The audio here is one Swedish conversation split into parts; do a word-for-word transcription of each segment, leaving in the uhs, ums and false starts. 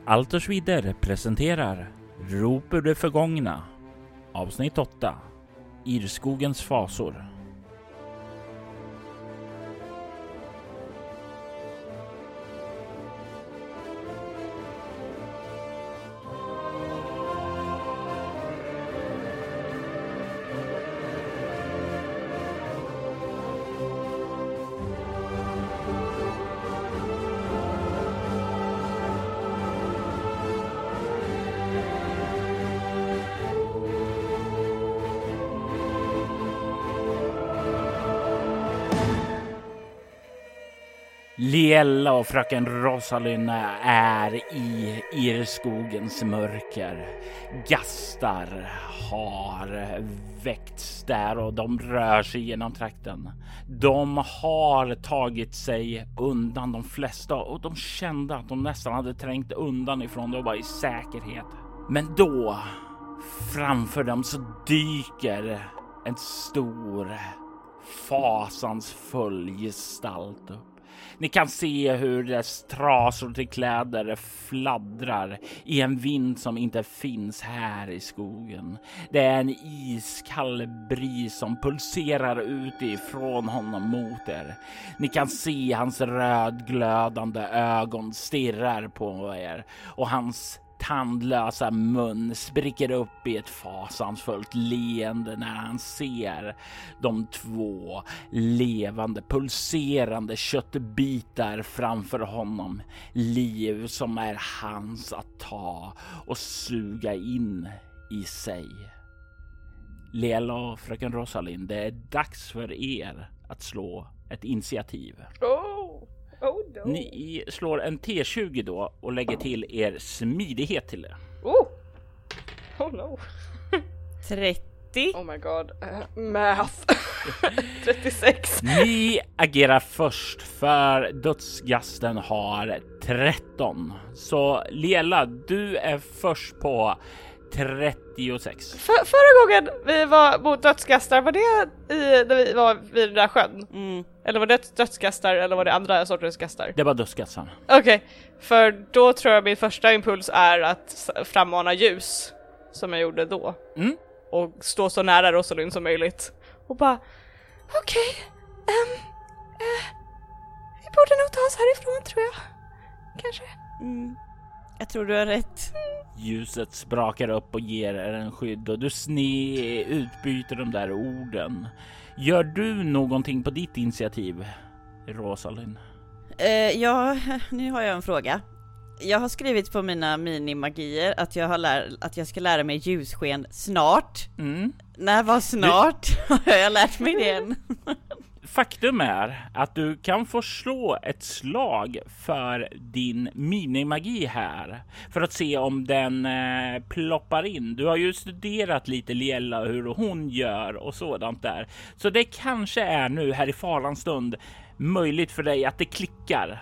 Altersvidder presenterar Rop ur det förgångna, avsnitt åtta, Irskogens fasor. Liella och fröken Rosalind är i Irskogens mörker. Gastar har väckts där och de rör sig genom trakten. De har tagit sig undan de flesta och de kände att de nästan hade trängt undan ifrån det och var i säkerhet. Men då framför dem så dyker en stor fasansfull gestalt upp. Ni kan se hur dess trasor till kläder fladdrar i en vind som inte finns här i skogen. Det är en iskall bris som pulserar ut ifrån honom mot er. Ni kan se hans rödglödande ögon stirrar på er och hans tandlösa mun spricker upp i ett fasansfullt leende när han ser de två levande, pulserande köttbitar framför honom. Liv som är hans att ta och suga in i sig. Liella och fröken Rosalind, det är dags för er att slå ett initiativ. Oh. Oh no. Ni slår en T tjugo då och lägger till er smidighet till det. Oh, oh no. trettio. Oh my god. Uh, math. trettiosex. Ni agerar först för dödsgasten har tretton. Så Liella, du är först på trettiosex. För, förra gången vi var mot dödsgastar, var det i, när vi var vid den där sjön? Mm. Eller var det dödsgastar eller var det andra sorters gastar? Det var dödsgastan. Okej, okay. För då tror jag min första impuls är att frammana ljus, som jag gjorde då. Mm. Och stå så nära Rosalind som möjligt. Och bara, okej, okay, um, uh, vi borde nog ta oss härifrån tror jag. Kanske. Mm. Jag tror du har rätt. Ljuset sprakar upp och ger er en skydd och du sne utbyter de där orden. Gör du någonting på ditt initiativ, Rosalind? Uh, ja, nu har jag en fråga. Jag har skrivit på mina minimagier att jag, har lär, att jag ska lära mig ljussken snart. Mm. När var snart? Du... har jag lärt mig det än? Faktum är att du kan få slå ett slag för din minimagi här för att se om den eh, ploppar in. Du har ju studerat lite Liella hur hon gör och sådant där. Så det kanske är nu här i farans stund möjligt för dig att det klickar.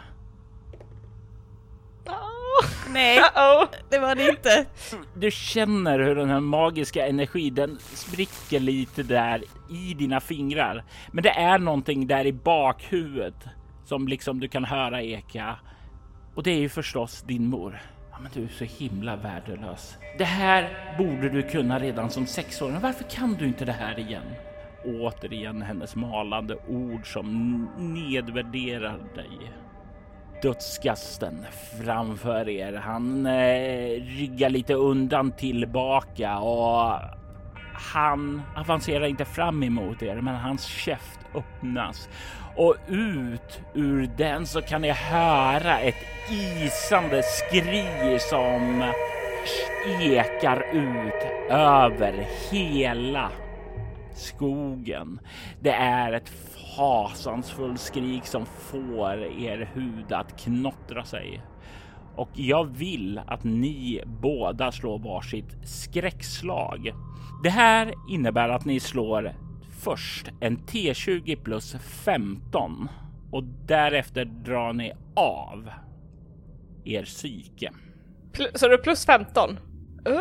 Nej, det var det inte. Du känner hur den här magiska energin den spricker lite där i dina fingrar. Men det är någonting där i bakhuvudet som liksom du kan höra eka. Och det är ju förstås din mor. Ja, men du är så himla värdelös. Det här borde du kunna redan som sexåring. Varför kan du inte det här igen? Återigen hennes malande ord som nedvärderar dig. Dödsgasten framför er. Han eh, ryggar lite undan tillbaka och han avancerar inte fram emot er, men hans käft öppnas och ut ur den så kan ni höra ett isande skri som ekar ut över hela skogen. Det är ett fasansfull skrik som får er hud att knottra sig. Och jag vill att ni båda slår varsitt skräckslag. Det här innebär att ni slår först en T tjugo plus femton och därefter drar ni av er psyke. Pl- så det är plus femton? Uh.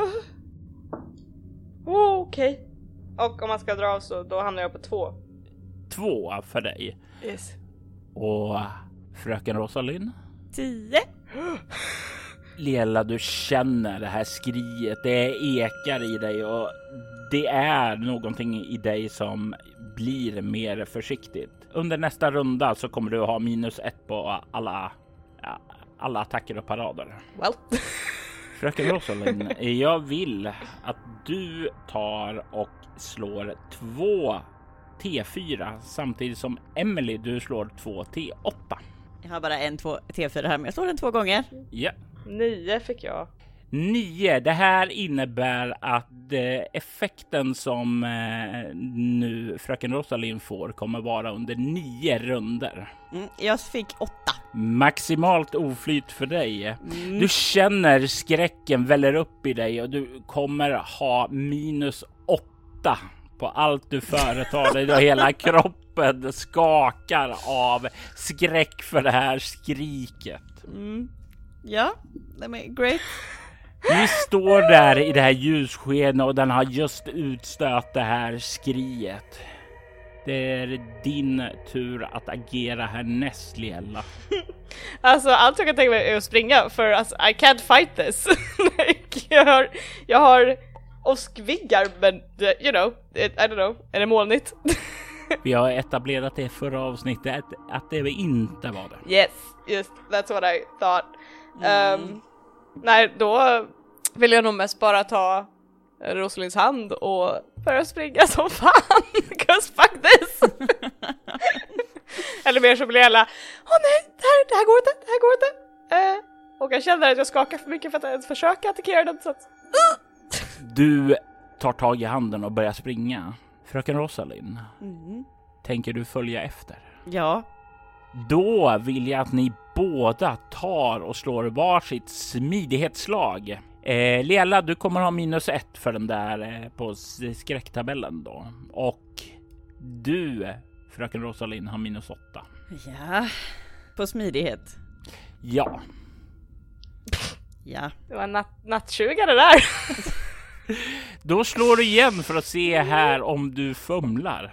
Oh, okej. Okay. Och om man ska dra av så då hamnar jag på två. Två för dig. Yes. Och fröken Rosalind? Tio. Liella, du känner det här skriet. Det ekar i dig och det är någonting i dig som blir mer försiktigt. Under nästa runda så kommer du ha minus ett på alla, ja, alla attacker och parader. Well. Fröken Rosalind, jag vill att du tar och slår två T fyra samtidigt som Emily, du slår två T åtta. Jag har bara en två, T fyra här, men jag slår den två gånger. Ja. Nio fick jag. Nio. Det här innebär att eh, effekten som eh, nu Fröken Rosalind får kommer vara under nio runder. Mm, jag fick åtta. Maximalt oflyt för dig. Mm. Du känner skräcken väller upp i dig och du kommer ha minus åtta på allt du företar dig. Och hela kroppen skakar av skräck för det här skriket. Mm. Ja, det är great. Ni står där i det här ljusskenet och den har just utstött det här skriet. Det är din tur att agera härnäst, Liella. Alltså allt jag kan tänka mig är att springa för alltså, I can't fight this. jag har, jag har åskviggar men you know, it, I don't know, är det molnigt? Vi har etablerat det förra avsnittet att det inte var det. Yes, just that's what I thought. Mm. Um, nej, då vill jag nog mest bara ta Rosalinds hand och börja springa som fan. Cause fuck this. Eller mer som blir alla, åh nej, det här, det här går inte, det här går inte. Uh, och jag känner att jag skakar för mycket för att ens försöka attackera den. Så att, uh. Du tar tag i handen och börjar springa. Fröken Rosalind, Mm. tänker du följa efter? Ja. Då vill jag att ni båda tar och slår varsitt smidighetsslag. Eh, Liella, du kommer ha minus ett för den där eh, på skräcktabellen då. Och du, Fröken Rosalind, har minus åtta. Ja. På smidighet. Ja. Ja. Det var natt, nattjuga det där. Då slår du igen för att se här om du fumlar.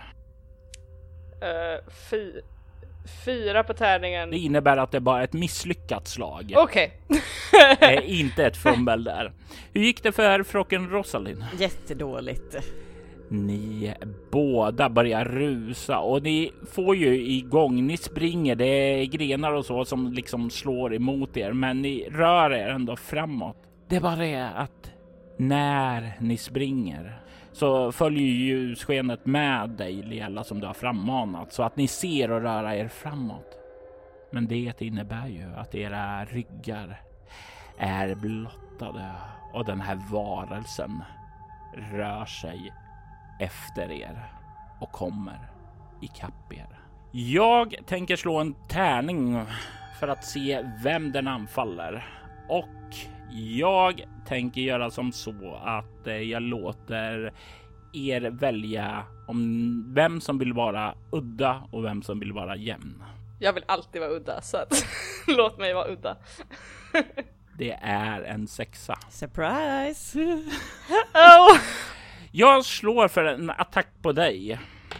Uh, fy, fyra på tärningen. Det innebär att det är bara ett misslyckat slag. Okej. Okay. eh, inte ett fummel där. Hur gick det för Fröken Rosalind? Jättedåligt. Ni båda börjar rusa och ni får ju igång, ni springer, det är grenar och så som liksom slår emot er, men ni rör er ändå framåt. Det är bara det att när ni springer så följer ljusskenet med dig, Liella, som du har frammanat, så att ni ser och röra er framåt. Men det innebär ju att era ryggar är blottade och den här varelsen rör sig efter er och kommer ikapp er. Jag tänker slå en tärning för att se vem den anfaller. Och jag tänker göra som så att jag låter er välja om vem som vill vara udda och vem som vill vara jämn. Jag vill alltid vara udda, så att låt mig vara udda. Det är en sexa. Surprise! Oh. Jag slår för en attack på dig.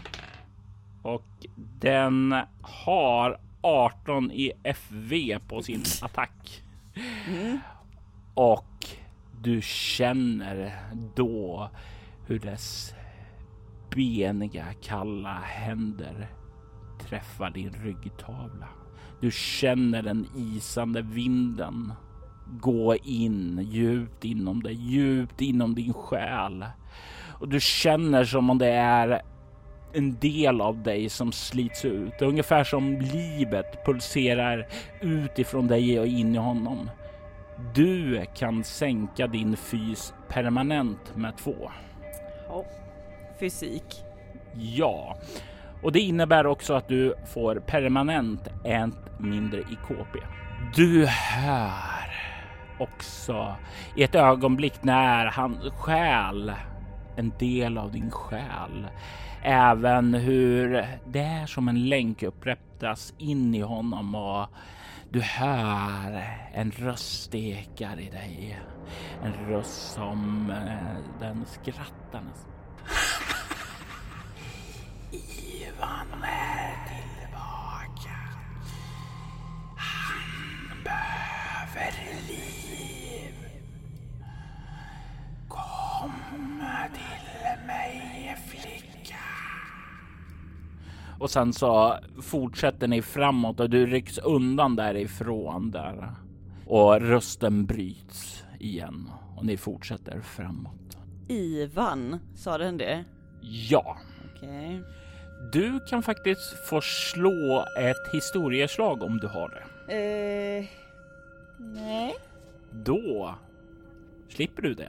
Och den har arton i F V på sin attack. Mm. Och du känner då hur dess beniga, kalla händer träffar din ryggtavla. Du känner den isande vinden gå in djupt inom dig, djupt inom din själ. Och du känner som om det är en del av dig som slits ut. Ungefär som livet pulserar utifrån dig och in i honom. Du kan sänka din fys permanent med två. Oh. Fysik. Ja. Och det innebär också att du får permanent ett mindre i K P. Du hör också i ett ögonblick när han stjäl en del av din själ. Även hur det är som en länk upprättas in i honom och du hör en röst ekar i dig. En röst som eh, den skrattar nästan. Ivan är tillbaka. Han behöver liv. Och sen så fortsätter ni framåt och du rycks undan därifrån där. Och rösten bryts igen och ni fortsätter framåt. Ivan, sa den det? Ja. Okej. Okay. Du kan faktiskt få slå ett historieslag om du har det. Eh, nej. Då slipper du det.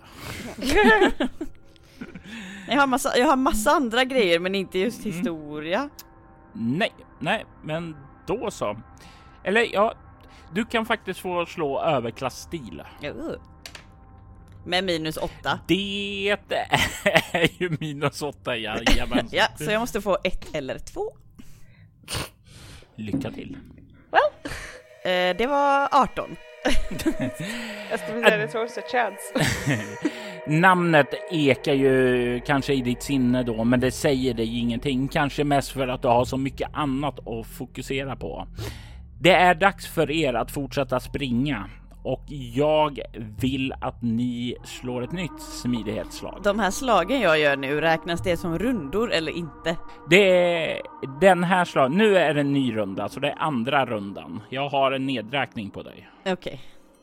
jag, har massa, jag har massa andra grejer men inte just historia. Mm. Nej, nej, men då så. Eller ja, du kan faktiskt få slå överklassstil. Uh. Med minus åtta. Det är ju minus åtta, ja. Ja, så jag måste få ett eller två. Lycka till. Well. Eh, det var arton. Estimated a chance. Namnet ekar ju kanske i ditt sinne då, men det säger dig ingenting. Kanske mest för att du har så mycket annat att fokusera på. Det är dags för er att fortsätta springa. Och jag vill att ni slår ett nytt smidighetsslag. De här slagen jag gör nu, räknas det som rundor eller inte? Det är den här slagen. Nu är det en ny runda, så det är andra rundan. Jag har en nedräkning på dig. Okej. Okay.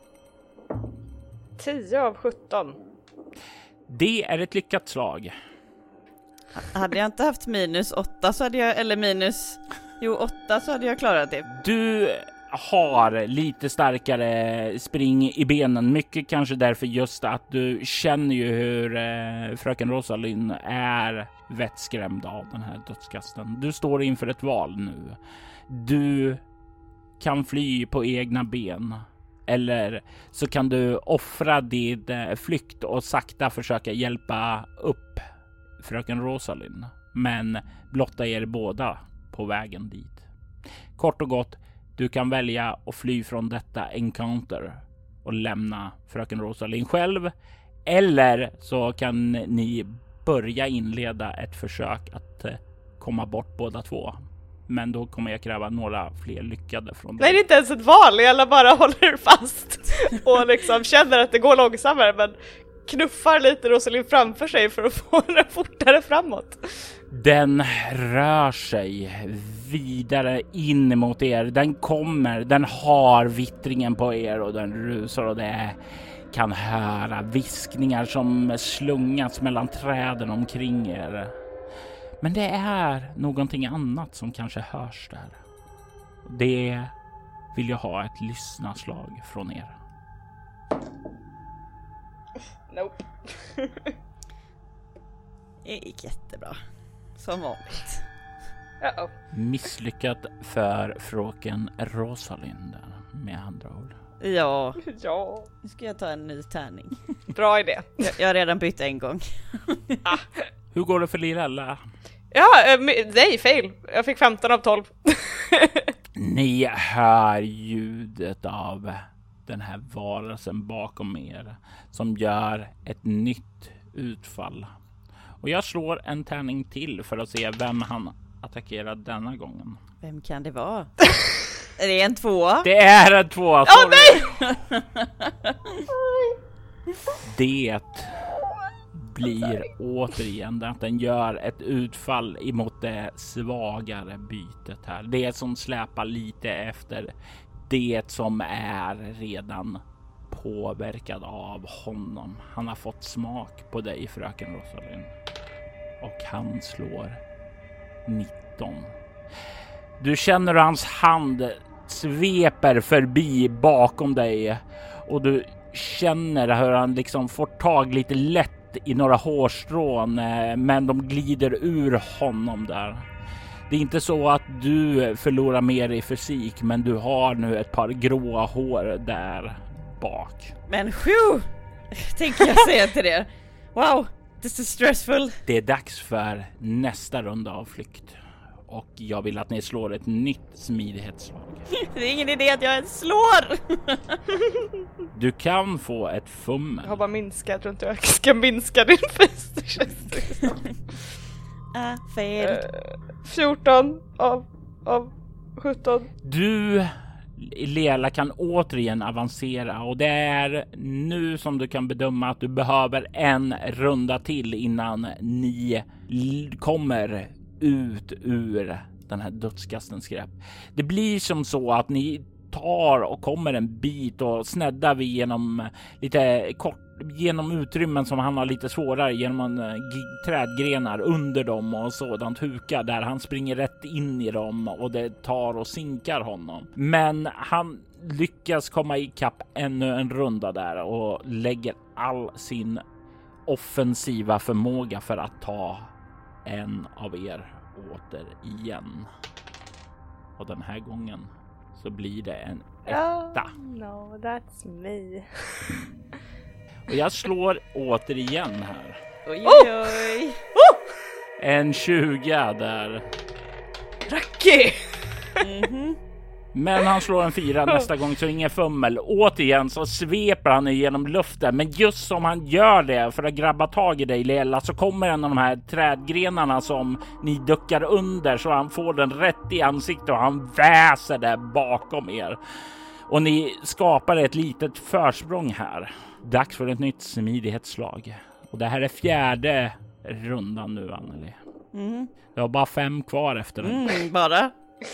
tio av sjutton. Det är ett lyckat slag. Hade jag inte haft minus åtta så hade jag, eller minus, jo åtta så hade jag klarat det. Du har lite starkare spring i benen. Mycket kanske därför just att du känner ju hur eh, fröken Rosalind är vettskrämd av den här dödskasten. Du står inför ett val nu. Du kan fly på egna ben. Eller så kan du offra din eh, flykt och sakta försöka hjälpa upp fröken Rosalind. Men blotta er båda på vägen dit. Kort och gott, du kan välja att fly från detta encounter och lämna fröken Rosalind själv. Eller så kan ni börja inleda ett försök att komma bort båda två. Men då kommer jag kräva några fler lyckade från dig. Nej, det är inte ens ett val. Jag bara håller fast och liksom känner att det går långsammare, men knuffar lite Rosalind framför sig för att få den fortare framåt. Den rör sig vidare in mot er. Den kommer, den har vittringen på er och den rusar och det kan höra viskningar som slungas mellan träden omkring er. Men det är någonting annat som kanske hörs där. Det vill jag ha ett lyssnarslag från er. Nope. Det gick jättebra. Som vanligt. Uh-oh. Misslyckat för fröken Rosalind med andra ord. Ja. Ja. Nu ska jag ta en ny tärning. Bra idé. Jag, jag har redan bytt en gång. ah. Hur går det för Lirella? Ja, äh, nej, fail. Jag fick femton av tolv. Ni hör ljudet av den här varelsen bakom er som gör ett nytt utfall. Och jag slår en tärning till för att se vem han attackerar denna gången. Vem kan det vara? Är det en tvåa? Det är en tvåa. Åh oh, nej! Det blir återigen att den gör ett utfall emot det svagare bytet här. Det som släpar lite efter det som är redan påverkad av honom. Han har fått smak på dig, fröken Rosalind. Och han slår nitton. Du känner hur hans hand sveper förbi bakom dig. Och du känner hur han liksom får tag lite lätt i några hårstrån. Men de glider ur honom där. Det är inte så att du förlorar mer i fysik, men du har nu ett par gråa hår där bak. Men sju, tänker jag säga till det. Wow, this is stressful. Det är dags för nästa runda av flykt. Och jag vill att ni slår ett nytt smidighetsslag. Det är ingen idé att jag ens slår. Du kan få ett fummel. Jag har bara minskat, jag tror inte jag ska minska din fest. Ah, fel. Uh, fjorton av, av sjutton. Du, Lela, kan återigen avancera. Och det är nu som du kan bedöma att du behöver en runda till innan ni kommer ut ur den här dödskastens grepp. Det blir som så att ni tar och kommer en bit och sneddar vi genom lite kort genom utrymmen som han har lite svårare genom en g- trädgrenar under dem och sådant hukar där han springer rätt in i dem och det tar och sinkar honom. Men han lyckas komma ikapp ännu en runda där och lägger all sin offensiva förmåga för att ta en av er åter igen. Och den här gången så blir det en etta. Oh, no, that's me. Och jag slår återigen här. Oj, oj, oj. Oh! En tjugo där. Rocky! Mm-hmm. Men han slår en fyra nästa gång så ingen fummel. Återigen så sveper han genom luften. Men just som han gör det för att grabba tag i dig Lela så kommer en av de här trädgrenarna som ni duckar under så han får den rätt i ansiktet och han väser där bakom er. Och ni skapar ett litet försprång här. Dags för ett nytt smidighetsslag. Och det här är fjärde rundan nu, Anneli. Mm. Det har bara fem kvar efter den. Mm, bara.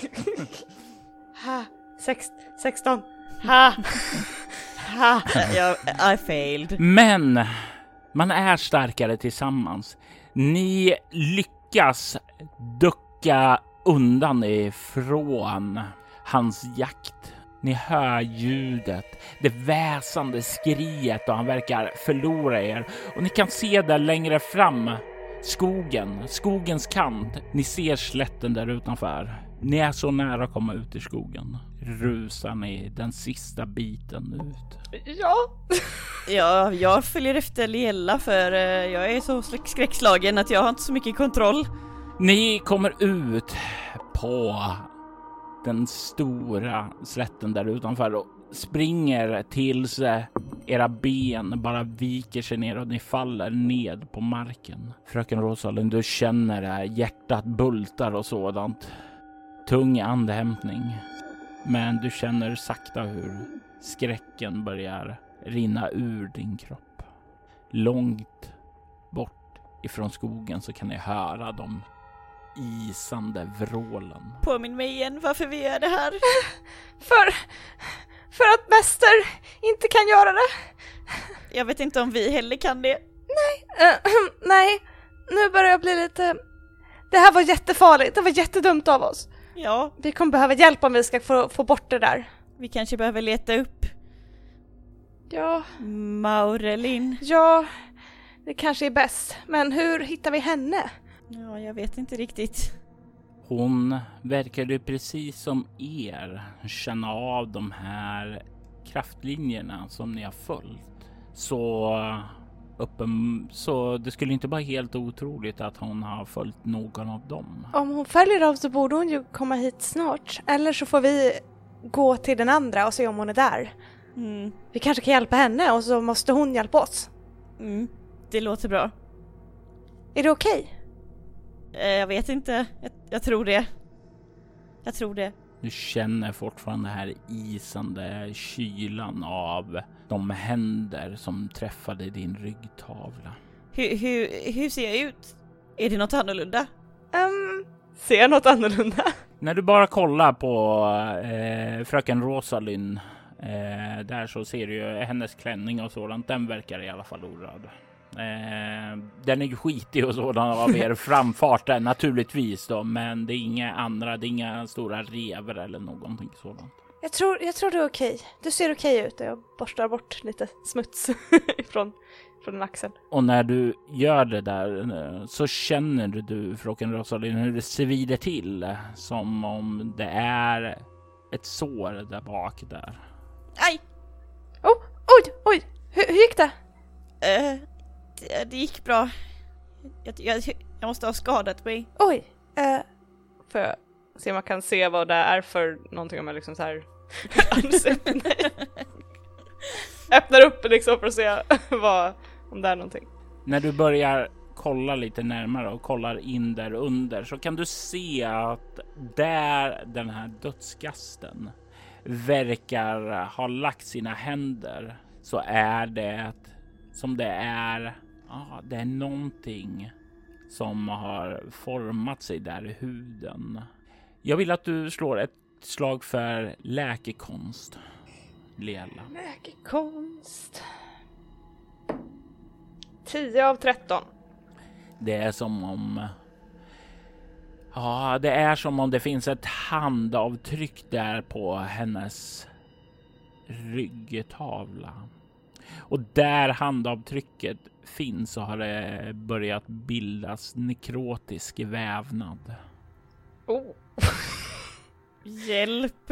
Ha, sex, sexton. Ha. Ha. Jag, I failed. Men man är starkare tillsammans. Ni lyckas ducka undan ifrån hans jakt. Ni hör ljudet, det väsande skriet och han verkar förlora er. Och ni kan se där längre fram skogen, skogens kant. Ni ser slätten där utanför. Ni är så nära att komma ut i skogen. Rusar ni den sista biten ut? Ja. Ja, jag följer efter Liella för eh, jag är så skräckslagen att jag har inte så mycket kontroll. Ni kommer ut på den stora slätten där utanför och springer tills era ben bara viker sig ner och ni faller ned på marken. Fröken Rosalind, du känner det, hjärtat bultar och sådant. Tung andhämtning. Men du känner sakta hur skräcken börjar rinna ur din kropp. Långt bort ifrån skogen så kan ni höra de isande vrålen. Påminn mig igen varför vi gör det här. För, för att mäster inte kan göra det. Jag vet inte om vi heller kan det. Nej, uh, nej, nu börjar jag bli lite... Det här var jättefarligt, det var jättedumt av oss. Ja. Vi kommer behöva hjälp om vi ska få, få bort det där. Vi kanske behöver leta upp Ja. Maurelin. Ja, det kanske är bäst. Men hur hittar vi henne? Ja, jag vet inte riktigt. Hon verkar ju precis som er känna av de här kraftlinjerna som ni har följt. Så uppen, så det skulle inte vara helt otroligt att hon har följt någon av dem. Om hon följer av så borde hon ju komma hit snart. Eller så får vi gå till den andra och se om hon är där. Mm. Vi kanske kan hjälpa henne och så måste hon hjälpa oss. Mm. Det låter bra. Är det okej? Eh, jag vet inte. Jag, jag tror det. Jag tror det. Du känner fortfarande den här isande kylan av de händer som träffade din ryggtavla. Hur, hur, hur ser jag ut? Är det något annorlunda? Um, ser jag något annorlunda? När du bara kollar på eh, fröken Rosalind eh, där så ser du ju hennes klänning och sådant. Den verkar i alla fall orörd. Eh, den är ju skitig och sådana av er framfarten naturligtvis då, men det är inga andra, det är inga stora rever eller någonting sådant. Jag tror, jag tror det är okej. Du ser okej ut. Jag borstar bort lite smuts från, från axeln. Och när du gör det där så känner du, fröken Rosalind, hur det svider till som om det är ett sår där bak där. Aj! Oh, oj, oj! Hur, hur gick det? Uh, det, det gick bra. Jag, jag, jag måste ha skadat mig. Oj! Uh, får jag se om man kan se vad det är för någonting om jag liksom så här öppnar upp liksom för att se vad, om det är någonting. När du börjar kolla lite närmare och kollar in där under så kan du se att där den här dödskasten verkar ha lagt sina händer så är det som det är, ja, det är någonting som har format sig där i huden. Jag vill att du slår ett slag för läkekonst, Liella. Läkekonst. tio av tretton. Det är som om... Ja, det är som om det finns ett handavtryck där på hennes ryggtavla. Och där handavtrycket finns så har det börjat bildas nekrotisk vävnad. Oh. Hjälp!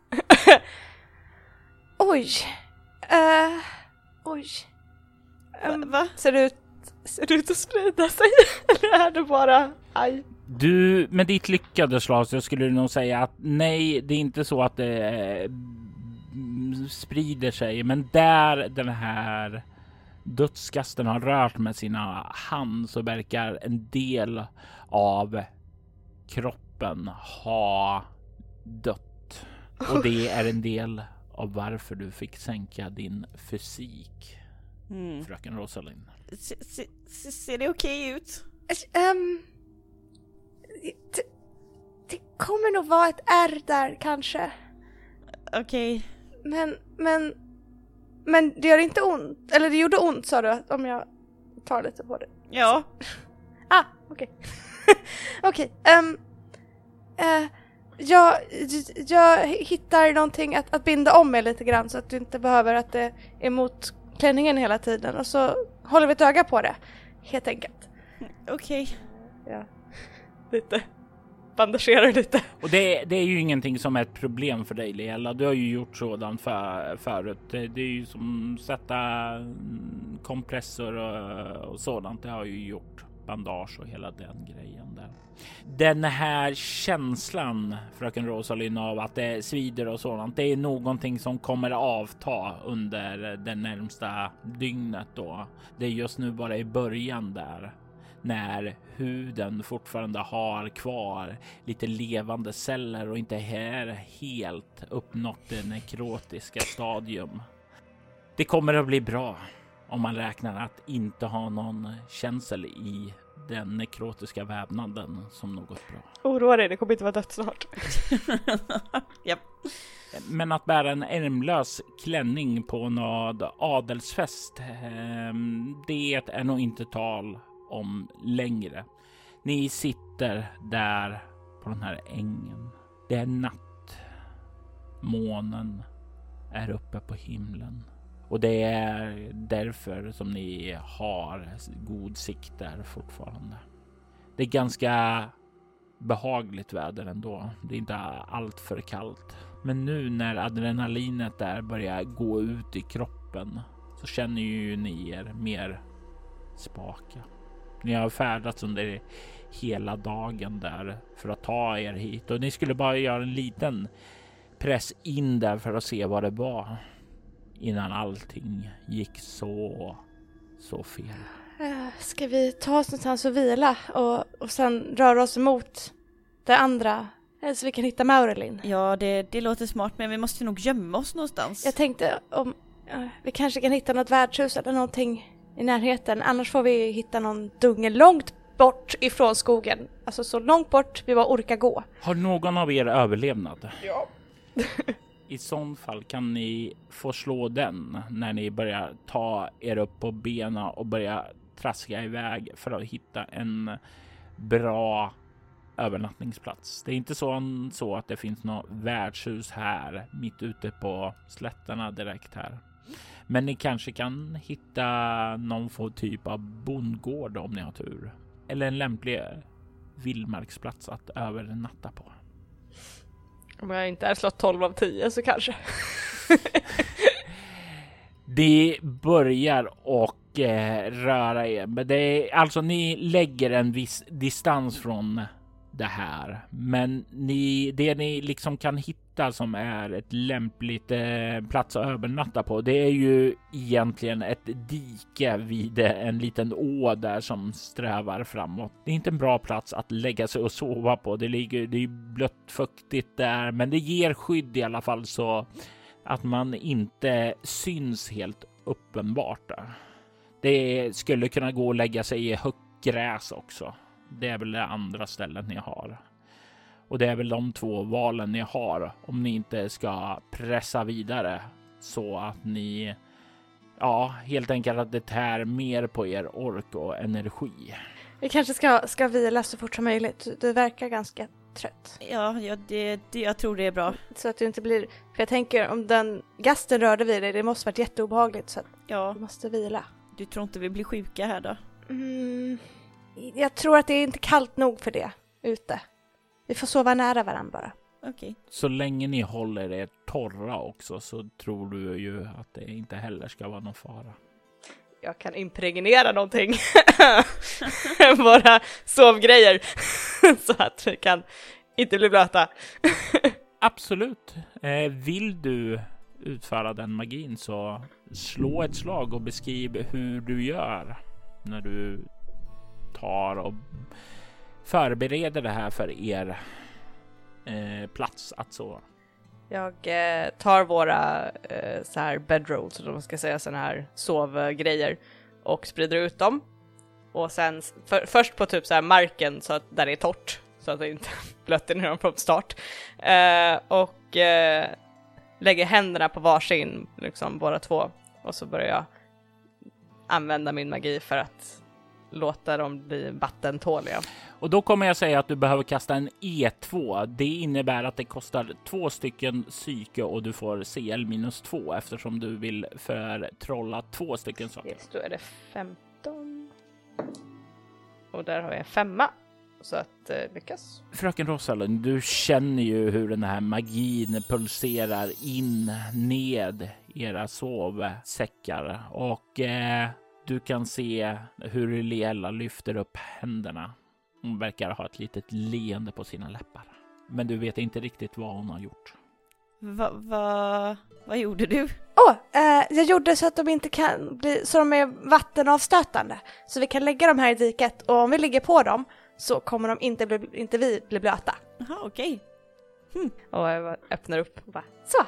Oj. Uh, oj. Um, Va? Va? Ser det ut, ser det ut att sprida sig? Eller är det bara... Aj. Du, med ditt lyckade slag så skulle du nog säga att nej, det är inte så att det eh, sprider sig. Men där den här dödskasten har rört med sina hand så verkar en del av kroppen ha dött. Och det är en del av varför du fick sänka din fysik, mm. fröken Rosalind. Se, se, se, ser det okej ut? Um, det, det kommer nog vara ett R där kanske. Okej. Okay. Men, men, men det gör inte ont. Eller det gjorde ont, sa du, om jag tar lite på det. Ja. Ah, okej. Okay. Okej. Okay, um, uh, jag, jag hittar någonting att, att binda om mig lite grann så att du inte behöver att det är mot klänningen hela tiden. Och så håller vi ett öga på det, helt enkelt. Okej. Okay. Ja, lite. Bandagerar lite. Och det, det är ju ingenting som är ett problem för dig, Liella. Du har ju gjort sådant för, förut. Det, det är ju som sätta kompressor och, och sådant. Det har ju gjort. Bandage och hela den grejen där. Den här känslan, fröken Rosalind, av att det svider och sådant, det är någonting som kommer avta under det närmsta dygnet då. Det är just nu bara i början där, när huden fortfarande har kvar lite levande celler och inte är helt uppnått det nekrotiska stadium. Det kommer att bli bra om man räknar att inte ha någon känsel i den nekrotiska vävnaden som något bra. Oroa dig, det kommer inte vara dött snart. Yep. Men att bära en ärmlös klänning på någon adelsfest, det är nog inte tal om längre. Ni sitter där på den här ängen. Det är natt. Månen är uppe på himlen. Och det är därför som ni har god sikt där fortfarande. Det är ganska behagligt väder ändå. Det är inte allt för kallt. Men nu när adrenalinet där börjar gå ut i kroppen så känner ju ni er mer spaka. Ni har färdats under hela dagen där för att ta er hit. Och ni skulle bara göra en liten press in där för att se vad det var. Innan allting gick så, så fel. Ska vi ta oss någonstans och vila och, och sen röra oss emot det andra? Eller så vi kan hitta Maurelin. Ja, det, det låter smart, men vi måste nog gömma oss någonstans. Jag tänkte om ja, vi kanske kan hitta något värdshus eller någonting i närheten. Annars får vi hitta någon dungel långt bort ifrån skogen. Alltså så långt bort vi bara orkar gå. Har någon av er överlevnad? Ja. I sån fall kan ni få slå den när ni börjar ta er upp på benen och börja traska iväg för att hitta en bra övernattningsplats. Det är inte så, så att det finns något värdshus här mitt ute på slätterna direkt här. Men ni kanske kan hitta någon få typ av bondgård om ni har tur. Eller en lämplig vildmarksplats att övernatta på. Om jag inte är slått tolv av tio så kanske. Det börjar och eh, röra er. Men det är, alltså ni lägger en viss distans från det här. Men ni, det ni liksom kan hitta som är ett lämpligt eh, plats att övernatta på, det är ju egentligen ett dike vid en liten å där som strävar framåt. Det är inte en bra plats att lägga sig och sova på. Det ligger, det är blött fuktigt där, men det ger skydd i alla fall så att man inte syns helt uppenbart där. Det skulle kunna gå att lägga sig i högt gräs också. Det är väl det andra stället ni har. Och det är väl de två valen ni har om ni inte ska pressa vidare så att ni, ja, helt enkelt att det tär mer på er ork och energi. Vi kanske ska, ska vila så fort som möjligt. Du, du verkar ganska trött. Ja, ja det, det, jag tror det är bra. Så att du inte blir... För jag tänker, om den gasten rörde vid dig, det måste varit jätteobehagligt. Så att Ja, du måste vila. du tror inte vi blir sjuka här då? Mm, jag tror att det är inte kallt nog för det ute. Vi får sova nära varandra bara. Okej. Så länge ni håller er torra också så tror du ju att det inte heller ska vara någon fara. Jag kan impregnera någonting. Våra sovgrejer. Så att vi kan inte bli blöta. Absolut. Eh, vill du utföra den magin så slå ett slag och beskriv hur du gör när du tar och förbereder det här för er eh, plats att sova. Jag eh, tar våra eh, så här bedrolls, eller vad man ska säga, såna här sovgrejer och sprider ut dem. Och sen för, först på typ så här marken så att där det är torrt så att det inte blötter ner dem från start. Eh, och eh, lägger händerna på varsin, liksom båda två. Och så börjar jag använda min magi för att låta dem bli vattentåliga. Och då kommer jag säga att du behöver kasta en E två. Det innebär att det kostar två stycken psyke och du får C L minus två eftersom du vill förtrolla två stycken saker. Yes, då är det femton. Och där har jag en femma. Så att eh, lyckas. Fröken Rosalind, du känner ju hur den här magin pulserar in, ned era sovsäckar. Och eh, du kan se hur Liella lyfter upp händerna. Hon verkar ha ett litet leende på sina läppar. Men du vet inte riktigt vad hon har gjort. Va, va, vad gjorde du? Åh, oh, eh, jag gjorde så att de inte kan bli, så de är vattenavstötande. Så vi kan lägga dem här i diket och om vi ligger på dem så kommer de inte bli, inte vi bli blöta. Jaha, okej. Hm. Och jag bara öppnar upp och bara, så.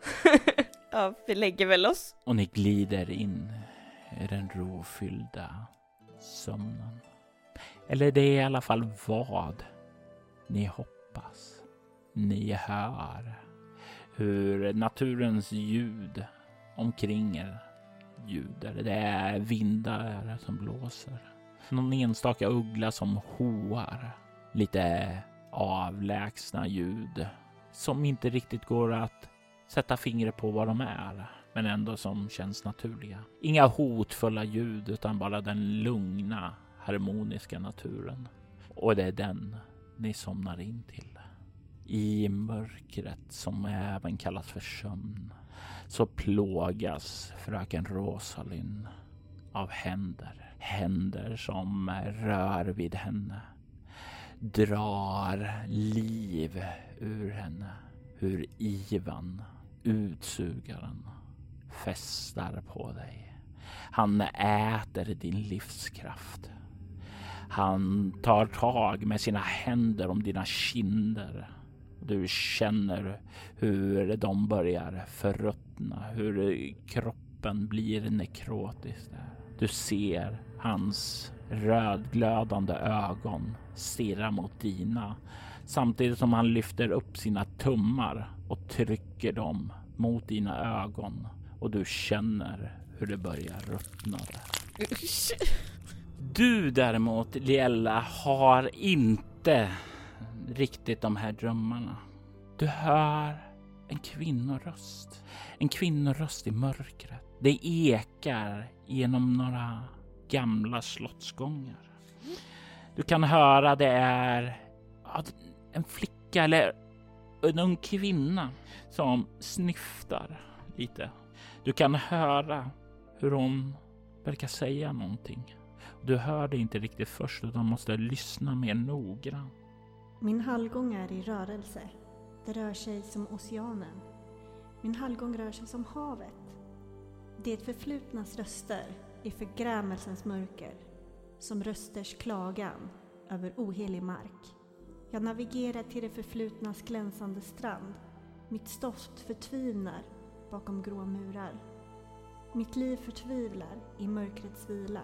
Ja, vi lägger väl oss. Och ni glider in i den rofyllda sömnen. Eller det är i alla fall vad ni hoppas. Ni hör hur naturens ljud omkring er ljuder. Det är vindar som blåser. Någon enstaka uggla som hoar. Lite avlägsna ljud som inte riktigt går att sätta fingret på vad de är. Men ändå som känns naturliga. Inga hotfulla ljud utan bara den lugna, harmoniska naturen. Och det är den ni somnar in till. I mörkret som även kallas för sömn så plågas fröken Rosalind av händer. Händer som rör vid henne. Drar liv ur henne. Hur Ivan, utsugaren, festar på dig. Han äter din livskraft. Han tar tag med sina händer om dina kinder. Du känner hur de börjar förruttna, hur kroppen blir nekrotisk där. Du ser hans rödglödande ögon stirra mot dina samtidigt som han lyfter upp sina tummar och trycker dem mot dina ögon och du känner hur det börjar ruttna där. Du däremot, Liella, har inte riktigt de här drömmarna. Du hör en kvinnoröst. En kvinnoröst i mörkret. Det ekar genom några gamla slottsgångar. Du kan höra det är en flicka eller en ung kvinna som snyftar lite. Du kan höra hur hon verkar säga någonting. Du hör det inte riktigt först utan måste lyssna mer noggrant. Min hallgång är i rörelse. Det rör sig som oceanen. Min hallgång rör sig som havet. Det förflutnas röster är förgrämelsens mörker. Som rösters klagan över ohelig mark. Jag navigerar till det förflutnas glänsande strand. Mitt stoft förtvinar bakom grå murar. Mitt liv förtvivlar i mörkrets vila.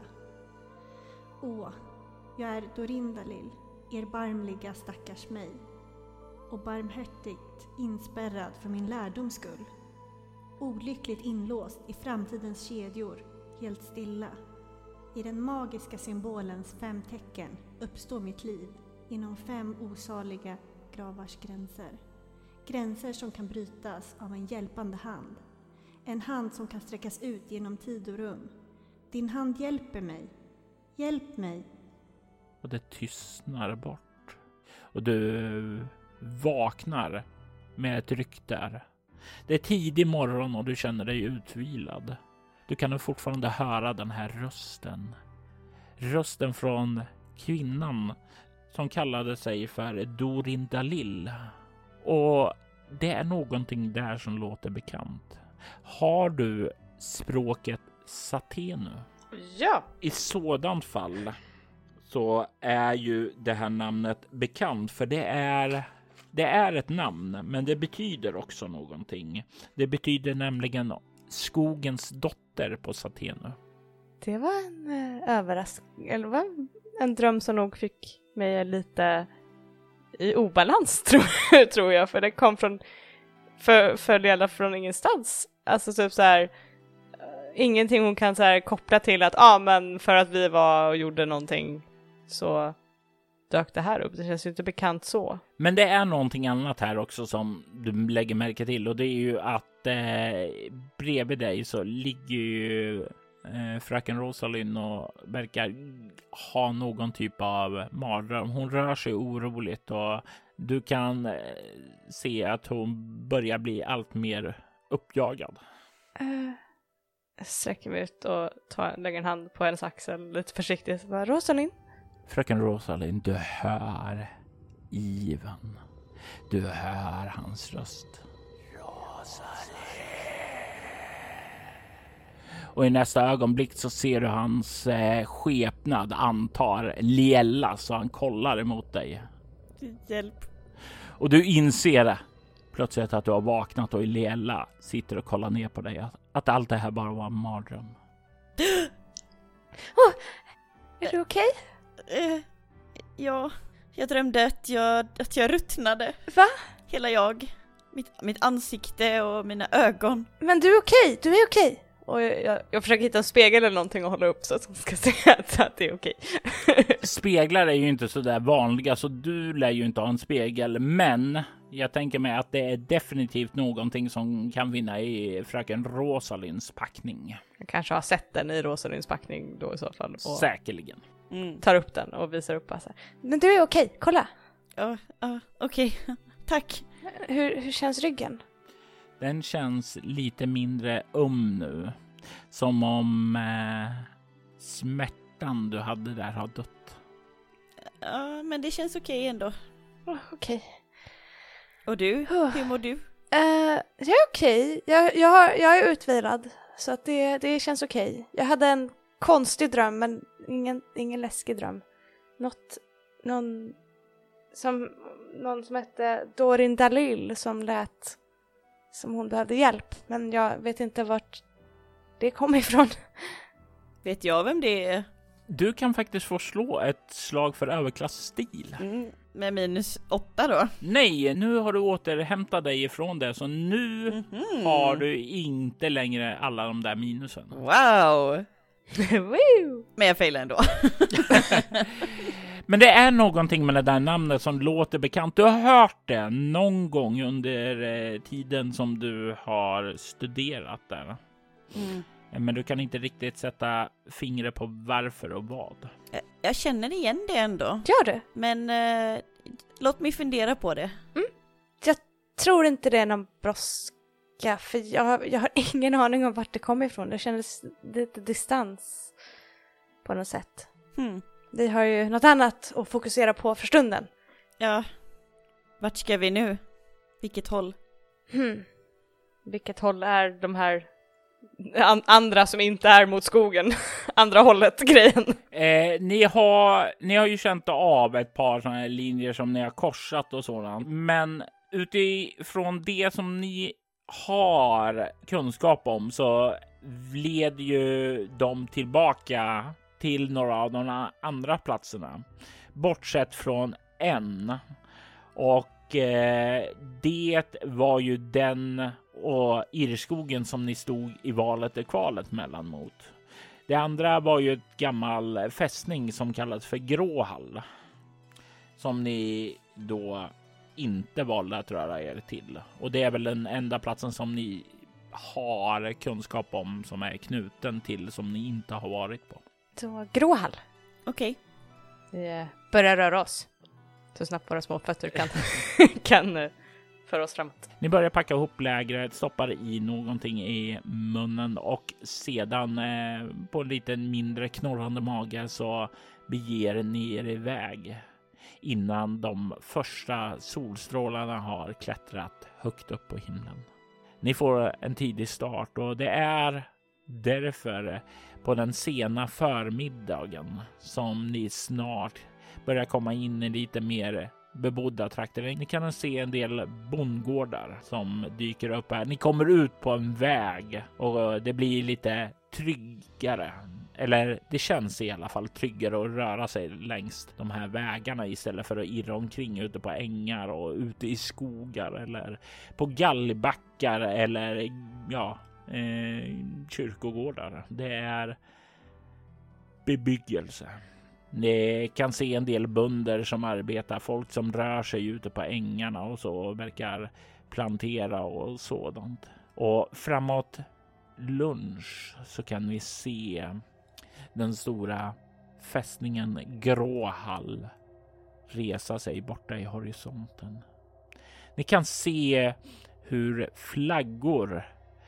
Åh, jag är Dorindalil, erbarmliga stackars mig. och barmhärtigt inspärrad för min lärdoms skull. Olyckligt inlåst i framtidens kedjor, helt stilla. I den magiska symbolens fem tecken uppstår mitt liv inom fem osaliga gravars gränser. Gränser som kan brytas av en hjälpande hand. En hand som kan sträckas ut genom tid och rum. Din hand hjälper mig. Hjälp mig. Och det tystnar bort. Och du vaknar med ett ryck där. Det är tidig morgon och du känner dig utvilad. Du kan fortfarande höra den här rösten. Rösten från kvinnan som kallade sig för Dorindalil. Och det är någonting där som låter bekant. Har du språket Satenu? Ja. I sådant fall så är ju det här namnet bekant, för det är det är ett namn, men det betyder också någonting. Det betyder nämligen skogens dotter på Satenu. Det var en eh, överraskning, eller var en dröm som nog fick mig lite i obalans tror, tror jag, för det kom från för, följde från ingenstans. Alltså typ så här, ingenting hon kan så här koppla till att ah, men för att vi var och gjorde någonting så dök det här upp. Det känns ju inte bekant så. Men det är någonting annat här också som du lägger märke till, och det är ju att eh, bredvid dig så ligger ju eh, fröken Rosalind och verkar ha någon typ av mardröm. Hon rör sig oroligt och du kan eh, se att hon börjar bli allt mer uppjagad. Uh, jag sträcker mig ut och tar, lägger en hand på hennes axel lite försiktigt. Bara, Rosalind? Fröken Rosalind, du hör Ivan. Du hör hans röst. Rosalind. Och i nästa ögonblick så ser du hans eh, skepnad, antar Liella, så han kollar emot dig. Hjälp. Och du inser det. Plötsligt att du har vaknat och Liella sitter och kollar ner på dig. Att, att allt det här bara var en mardröm. Oh, är du okej? Okay? Uh, ja, jag drömde att jag, att jag ruttnade. Va? Hela jag. Mitt, mitt ansikte och mina ögon. Men du är okej, du är okej. Och jag, jag, jag försöker hitta en spegel eller någonting och hålla upp så att hon ska se att, att det är okej. Speglar är ju inte så där vanliga, så du lär ju inte ha en spegel. Men jag tänker mig att det är definitivt någonting som kan vinna i fröken Rosalinds packning. Jag kanske har sett den i Rosalinds packning då i så fall. Och säkerligen. Mm. Tar upp den och visar upp. Så här. Men du är okej, kolla. Ja, uh, uh, okej. Okay. Tack. Hur, hur känns ryggen? Den känns lite mindre um nu. Som om eh, smärtan du hade där har dött. Ja, uh, men det känns okej okay ändå. Oh, okej. Okay. Och du? Oh. Hur mår du? Uh, jag är okej. Okay. Jag, jag, har, jag är utvilad. Så att det, det känns okej. Okay. Jag hade en konstig dröm, men ingen, ingen läskig dröm. Något, någon som, någon som hette Dorindalil som lät som hon behövde hjälp. Men jag vet inte vart det kom ifrån. Vet jag vem det är? Du kan faktiskt få slå ett slag för överklassstil. Mm, med minus åtta då? Nej, nu har du återhämtat dig ifrån det. Så nu mm-hmm. har du inte längre alla de där minusen. Wow! Men jag failar ändå. Men det är någonting med det där namnet som låter bekant. Du har hört det någon gång under eh, tiden som du har studerat där. Mm. Men du kan inte riktigt sätta fingret på varför och vad. Jag, jag känner igen det ändå. Gör du? Men eh, låt mig fundera på det. Mm. Jag tror inte det är någon brådska. För jag, jag har ingen aning om vart det kommer ifrån. Det kändes lite distans på något sätt. Mm. Vi har ju något annat att fokusera på för stunden. Ja. Vart ska vi nu? Vilket håll? Hmm. Vilket håll är de här an- andra som inte är mot skogen? Andra hållet grejen. Eh, ni, har, ni har ju känt av ett par sådana här linjer som ni har korsat och sådant. Men utifrån det som ni har kunskap om så leder ju de tillbaka till några av de andra platserna. Bortsett från en. Och Och eh, det var ju den och Irrskogen som ni stod i valet och kvalet mellan mot. Det andra var ju ett gammal fästning som kallas för Gråhall. Som ni då inte valde att röra er till. Och det är väl den enda platsen som ni har kunskap om som är knuten till som ni inte har varit på. Så Gråhall. Okej. Vi börjar röra oss. Så snabbt våra små fötter kan, kan uh, föra oss framåt. Ni börjar packa ihop lägret, stoppar i någonting i munnen och sedan eh, på en liten mindre knorrande mage så beger ni er iväg innan de första solstrålarna har klättrat högt upp på himlen. Ni får en tidig start och det är därför på den sena förmiddagen som ni snart börjar komma in i lite mer bebodda trakter. Ni kan se en del bondgårdar som dyker upp här. Ni kommer ut på en väg och det blir lite tryggare. Eller det känns i alla fall tryggare att röra sig längs de här vägarna istället för att irra omkring ute på ängar och ute i skogar eller på gallbackar eller ja, eh, kyrkogårdar. Det är bebyggelse. Ni kan se en del bönder som arbetar, folk som rör sig ute på ängarna och så verkar plantera och sådant. Och framåt lunch så kan vi se den stora fästningen Gråhall resa sig borta i horisonten. Ni kan se hur flaggor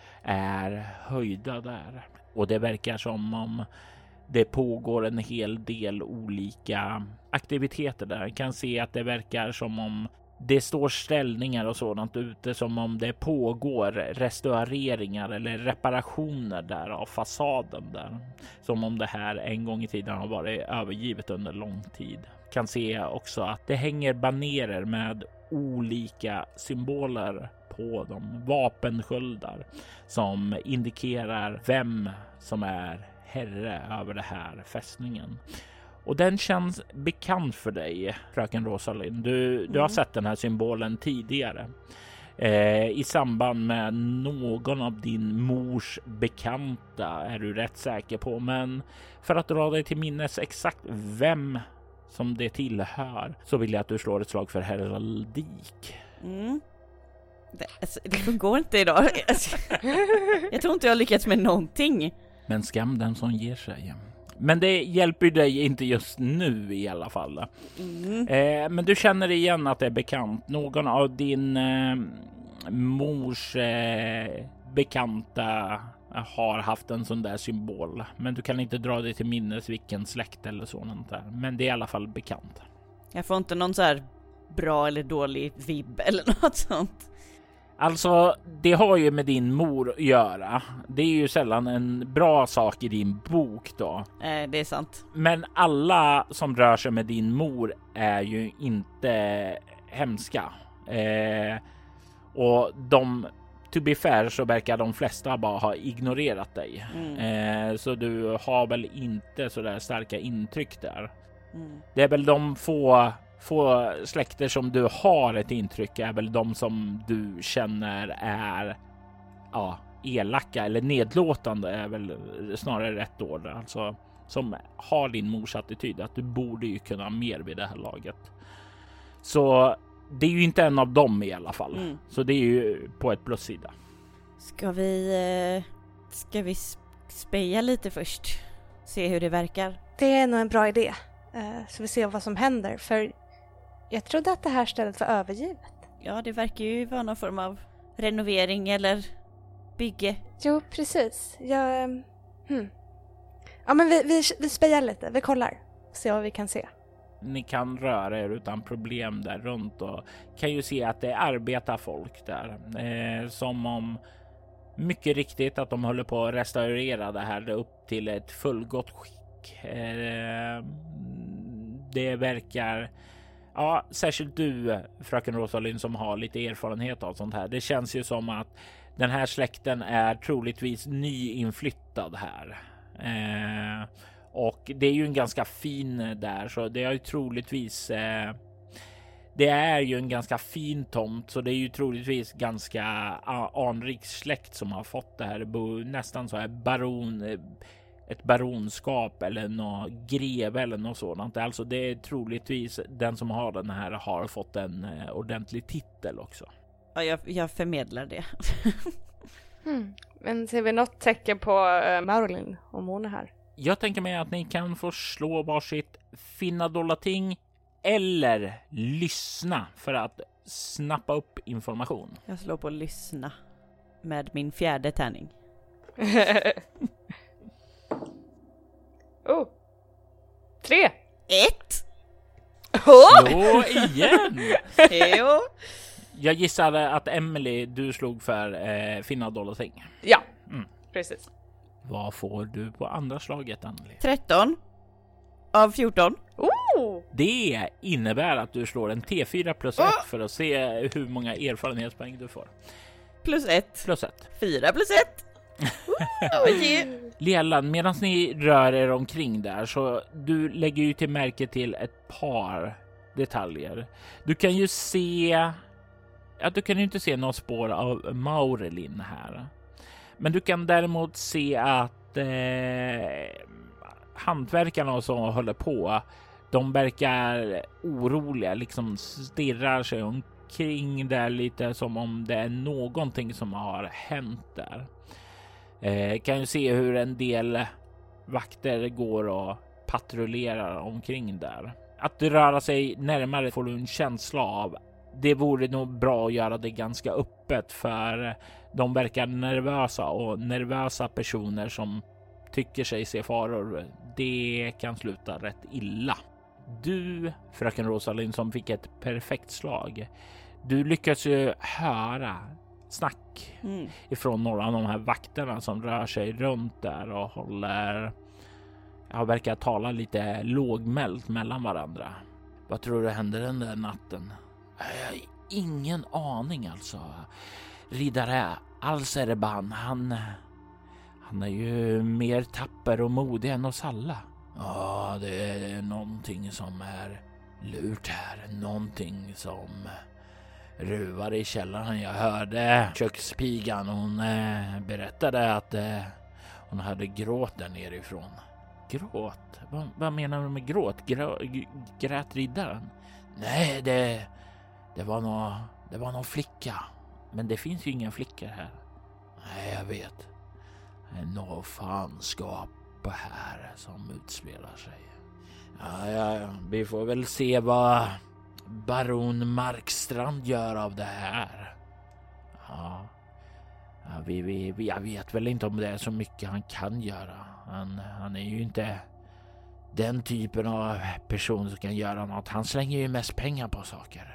är höjda där och det verkar som om det pågår en hel del olika aktiviteter där. Jag kan se att det verkar som om det står ställningar och sådant ute som om det pågår restaureringar eller reparationer där av fasaden där. Som om det här en gång i tiden har varit övergivet under lång tid. Kan se också att det hänger banerer med olika symboler på dem. Vapensköldar som indikerar vem som är herre över det här fästningen. Och den känns bekant för dig, fröken Rosalind. Du, mm. du har sett den här symbolen tidigare. Eh, I samband med någon av din mors bekanta är du rätt säker på. Men för att dra dig till minnes exakt vem som det tillhör så vill jag att du slår ett slag för heraldik. Mm. Det, alltså, det går inte idag. Alltså, jag tror inte jag har lyckats med någonting. Men skam den som ger sig. Men det hjälper dig inte just nu i alla fall. Mm. Eh, men du känner igen att det är bekant. Någon av din eh, mors eh, bekanta har haft en sån där symbol. Men du kan inte dra dig till minnes vilken släkt eller sådant där. Men det är i alla fall bekant. Jag får inte någon så här bra eller dålig vibb eller något sånt. Alltså, det har ju med din mor att göra. Det är ju sällan en bra sak i din bok då. Eh, det är sant. Men alla som rör sig med din mor är ju inte hemska. Eh, och de, to be fair, så verkar de flesta bara ha ignorerat dig. Mm. Eh, så du har väl inte så där starka intryck där. Mm. Det är väl de få... Få släkter som du har ett intryck är väl de som du känner är ja, elaka eller nedlåtande är väl snarare rätt ord. Alltså som har din mors attityd att du borde ju kunna mer vid det här laget. Så det är ju inte en av dem i alla fall. Mm. Så det är ju på ett plussida. Ska vi ska vi speja lite först? Se hur det verkar. Det är nog en bra idé. Så vi ser vad som händer, för jag trodde att det här stället var övergivet. Ja, det verkar ju vara någon form av renovering eller bygge. Jo, precis. Jag, hmm. Ja, men vi, vi, vi spejar lite. Vi kollar. Se vad vi kan se. Ni kan röra er utan problem där runt och kan ju se att det arbetar folk där. Eh, som om mycket riktigt att de håller på att restaurera det här upp till ett fullgott skick. Eh, det verkar... Ja, särskilt du, fröken Rosalind, som har lite erfarenhet av sånt här. Det känns ju som att den här släkten är troligtvis nyinflyttad här. Eh, och det är ju en ganska fin där, så det är ju troligtvis... Eh, Det är ju en ganska fin tomt, så det är ju troligtvis ganska anrik släkt som har fått det här. Nästan så här baron, ett baronskap eller något greve eller något sådant. Alltså det är troligtvis den som har den här har fått en ordentlig titel också. Ja, jag, jag förmedlar det. hmm. Men ser vi något tecken på uh, Marilyn om hon är här? Jag tänker mig att ni kan få slå varsitt finna dolda ting eller lyssna för att snappa upp information. Jag slår på lyssna med min fjärde tärning. oh. Tre. Ett. Oh! Slå igen. Jo. Jag gissar att Emily, du slog för eh, finna dolda ting. Ja, mm. precis. Vad får du på andra slaget, Anneli? tretton av fjorton. Oh! Det innebär att du slår en T fyra plus ett oh! för att se hur många erfarenhetspoäng du får. Plus ett. Plus ett. Fyra plus ett. Leland, medan ni rör er omkring där så du lägger ju till märke till ett par detaljer. Du kan ju se att du kan ju inte se något spår av Maurelin här. Men du kan däremot se att eh, hantverkarna som håller på, de verkar oroliga, liksom stirrar sig omkring där lite som om det är någonting som har hänt där. Eh, kan ju se hur en del vakter går och patrullerar omkring där. Att röra sig närmare får du en känsla av. Det vore nog bra att göra det ganska öppet, för de verkar nervösa, och nervösa personer som tycker sig se faror, det kan sluta rätt illa. Du, fröken Rosalind, som fick ett perfekt slag, du lyckas ju höra snack mm. ifrån några av de här vakterna som rör sig runt där och håller, ja, verkar tala lite lågmält mellan varandra. Vad tror du hände den där natten? Jag har ingen aning alltså. Riddare Alserban, han han är ju mer tapper och modig än oss alla. Ja, det är någonting som är lurt här. Någonting som ruvar i källaren. Jag hörde kökspigan, hon eh, berättade att eh, hon hade gråt där nerifrån. Gråt? Va, vad menar du med gråt? Grå, g- grät riddaren? Nej, det det var nå det var någon flicka. Men det finns ju inga flickor här. Nej, jag vet. Det är något fanskap här som utspelar sig. Ja, ja, ja. Vi får väl se vad baron Markstrand gör av det här. Ja, ja vi, vi, vi, jag vet väl inte om det är så mycket han kan göra. Han, han är ju inte den typen av person som kan göra något. Han slänger ju mest pengar på saker.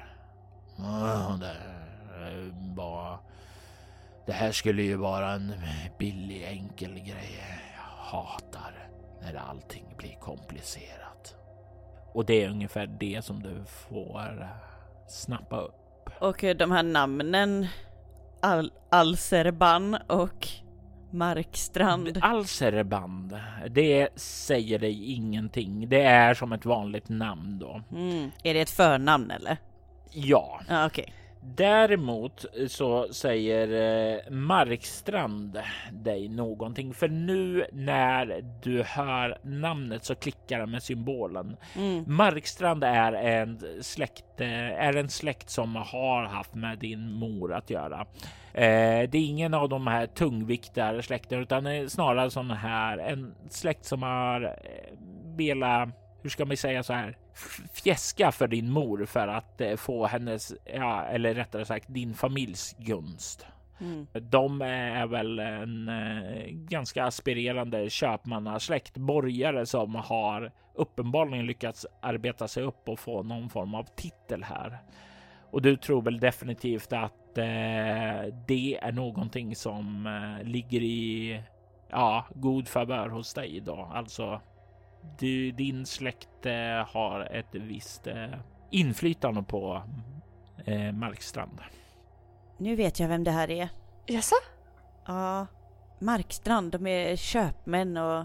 Ja, det är bara... Det här skulle ju vara en billig, enkel grej. Jag hatar när allting blir komplicerat. Och det är ungefär det som du får snappa upp. Och de här namnen, Al- Alserban och Markstrand. Alserban, det säger dig ingenting. Det är som ett vanligt namn då. Mm. Är det ett förnamn eller? Ja. Ah, okej. Okay. Däremot så säger eh, Markstrand dig någonting. För nu när du hör namnet så klickar det med symbolen. Mm. Markstrand är en släkt, är en släkt som har haft med din mor att göra. Eh, det är ingen av de här tungviktare släkten, utan det är snarare sån här en släkt som har eh, velat, hur ska man säga så här, fjäska för din mor för att eh, få hennes, ja, eller rättare sagt din familjs gunst. Mm. De är väl en eh, ganska aspirerande köpmannasläkt, borgare som har uppenbarligen lyckats arbeta sig upp och få någon form av titel här. Och du tror väl definitivt att eh, det är någonting som eh, ligger i, ja, god favör hos dig då. Alltså du, din släkt eh, har ett visst eh, inflytande på eh, Markstrand. Nu vet jag vem det här är. Jaså? Ja, Markstrand, de är köpmän och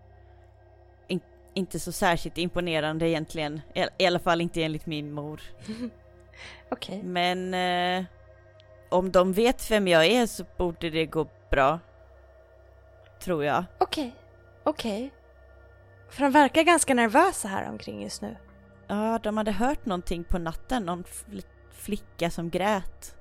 in, inte så särskilt imponerande egentligen. I, I alla fall inte enligt min mor. Okej. Okay. Men eh, om de vet vem jag är så borde det gå bra. Tror jag. Okej, okay. okej. Okay. För de verkar ganska nervösa här omkring just nu. Ja, de hade hört någonting på natten. Någon fl- flicka som grät.